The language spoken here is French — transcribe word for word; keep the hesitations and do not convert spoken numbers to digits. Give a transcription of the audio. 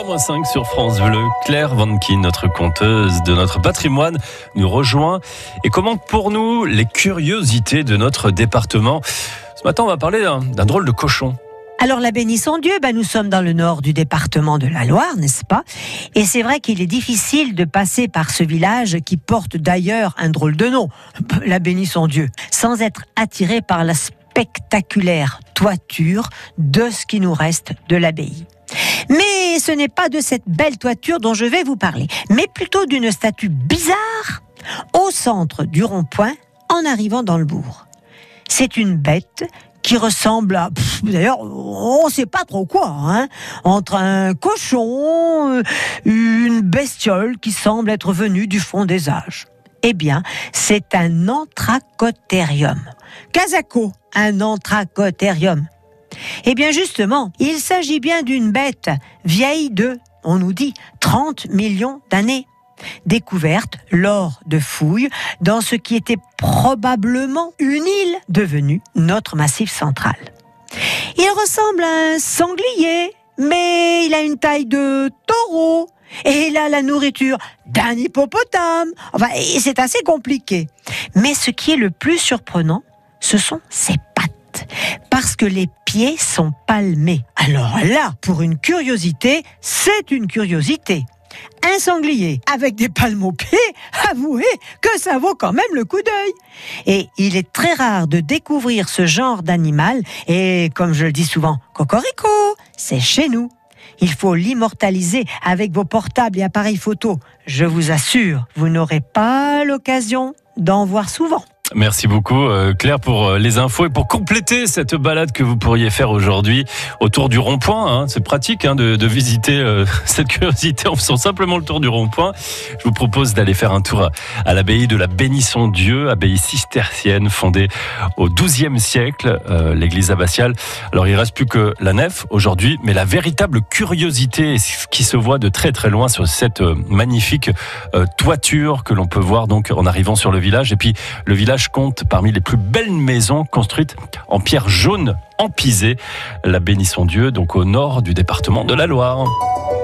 moins cinq sur France Bleu. Claire Vankin, notre conteuse de notre patrimoine, nous rejoint. Et comment pour nous les curiosités de notre département. Ce matin, on va parler d'un, d'un drôle de cochon. Alors la Béni-son-Dieu, ben, nous sommes dans le nord du département de la Loire, n'est-ce pas? Et c'est vrai qu'il est difficile de passer par ce village qui porte d'ailleurs un drôle de nom, la Béni-son-Dieu, sans être attiré par la spectaculaire toiture de ce qui nous reste de l'abbaye. Mais ce n'est pas de cette belle toiture dont je vais vous parler, mais plutôt d'une statue bizarre au centre du rond-point en arrivant dans le bourg. C'est une bête qui ressemble à, pff, d'ailleurs, on ne sait pas trop quoi, hein, entre un cochon, une bestiole qui semble être venue du fond des âges. Eh bien, c'est un anthracotérium. Casako, un anthracotérium. Eh bien, justement, il s'agit bien d'une bête vieille de, on nous dit, trente millions d'années. Découverte lors de fouilles dans ce qui était probablement une île devenue notre massif central. Il ressemble à un sanglier, mais il a une taille de taureau et il a la nourriture d'un hippopotame. Enfin, et c'est assez compliqué. Mais ce qui est le plus surprenant, ce sont ses pattes, parce que les pieds sont palmés. Alors là, pour une curiosité, c'est une curiosité. Un sanglier avec des palmes aux pieds, avouez que ça vaut quand même le coup d'œil. Et il est très rare de découvrir ce genre d'animal. Et comme je le dis souvent, cocorico, c'est chez nous. Il faut l'immortaliser avec vos portables et appareils photo. Je vous assure, vous n'aurez pas l'occasion d'en voir souvent. Merci beaucoup Claire pour les infos et pour compléter cette balade que vous pourriez faire aujourd'hui autour du rond-point. Hein. C'est pratique hein, de, de visiter euh, cette curiosité en faisant simplement le tour du rond-point. Je vous propose d'aller faire un tour à, à l'abbaye de la Béni-son-Dieu, abbaye cistercienne fondée au douzième siècle, euh, l'église abbatiale. Alors il ne reste plus que la nef aujourd'hui, mais la véritable curiosité qui se voit de très très loin sur cette euh, magnifique euh, toiture que l'on peut voir donc en arrivant sur le village. Et puis le village compte parmi les plus belles maisons construites en pierre jaune empisée, la Béni-son-Dieu, donc au nord du département de la Loire.